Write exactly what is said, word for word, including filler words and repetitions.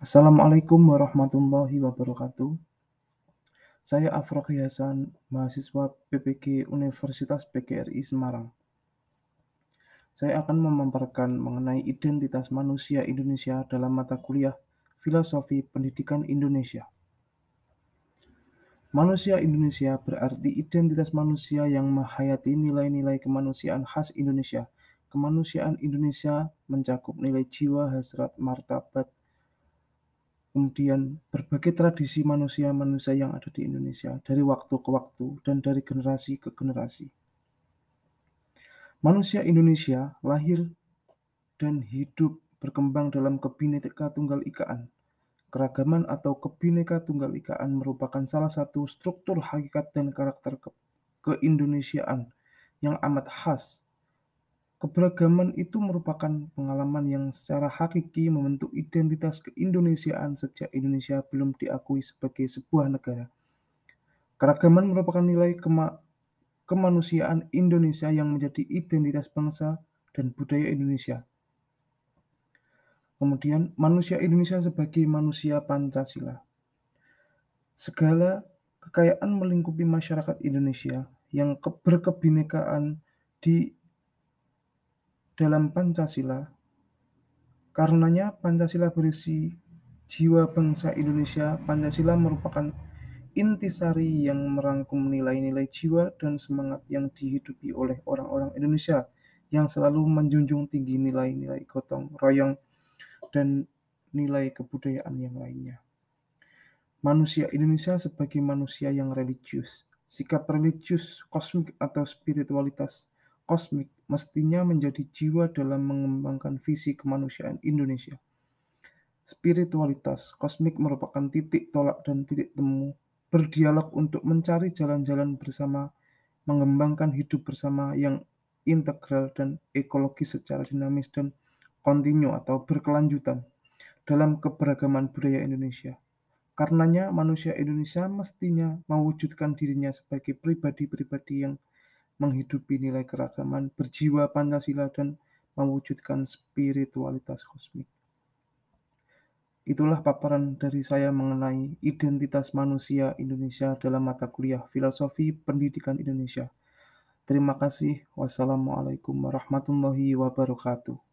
Assalamualaikum warahmatullahi wabarakatuh. Saya Afroki Hasan, mahasiswa P P G Universitas P G R I Semarang. Saya akan memaparkan mengenai identitas manusia Indonesia dalam mata kuliah Filosofi Pendidikan Indonesia. Manusia Indonesia berarti identitas manusia yang menghayati nilai-nilai kemanusiaan khas Indonesia. Kemanusiaan Indonesia mencakup nilai jiwa, hasrat, martabat, kemudian berbagai tradisi manusia-manusia yang ada di Indonesia dari waktu ke waktu dan dari generasi ke generasi. Manusia Indonesia lahir dan hidup berkembang dalam Kebhinneka Tunggal Ikaan. Keragaman atau Kebhinneka Tunggal Ikaan merupakan salah satu struktur hakikat dan karakter ke keindonesiaan yang amat khas. Keberagaman itu merupakan pengalaman yang secara hakiki membentuk identitas keindonesiaan sejak Indonesia belum diakui sebagai sebuah negara. Keragaman merupakan nilai kema kemanusiaan Indonesia yang menjadi identitas bangsa dan budaya Indonesia. Kemudian, manusia Indonesia sebagai manusia Pancasila. Segala kekayaan melingkupi masyarakat Indonesia yang ke berkebinekaan di dalam Pancasila. Karenanya Pancasila berisi jiwa bangsa Indonesia. Pancasila merupakan intisari yang merangkum nilai-nilai jiwa dan semangat yang dihidupi oleh orang-orang Indonesia yang selalu menjunjung tinggi nilai-nilai gotong royong dan nilai kebudayaan yang lainnya. Manusia Indonesia sebagai manusia yang religius. Sikap religius kosmik atau spiritualitas kosmik mestinya menjadi jiwa dalam mengembangkan visi kemanusiaan Indonesia. Spiritualitas kosmik merupakan titik tolak dan titik temu berdialog untuk mencari jalan-jalan bersama, mengembangkan hidup bersama yang integral dan ekologis secara dinamis dan kontinu atau berkelanjutan dalam keberagaman budaya Indonesia. Karenanya manusia Indonesia mestinya mewujudkan dirinya sebagai pribadi-pribadi yang menghidupi nilai keragaman, berjiwa Pancasila, dan mewujudkan spiritualitas kosmik. Itulah paparan dari saya mengenai identitas manusia Indonesia dalam mata kuliah Filosofi Pendidikan Indonesia. Terima kasih. Wassalamualaikum warahmatullahi wabarakatuh.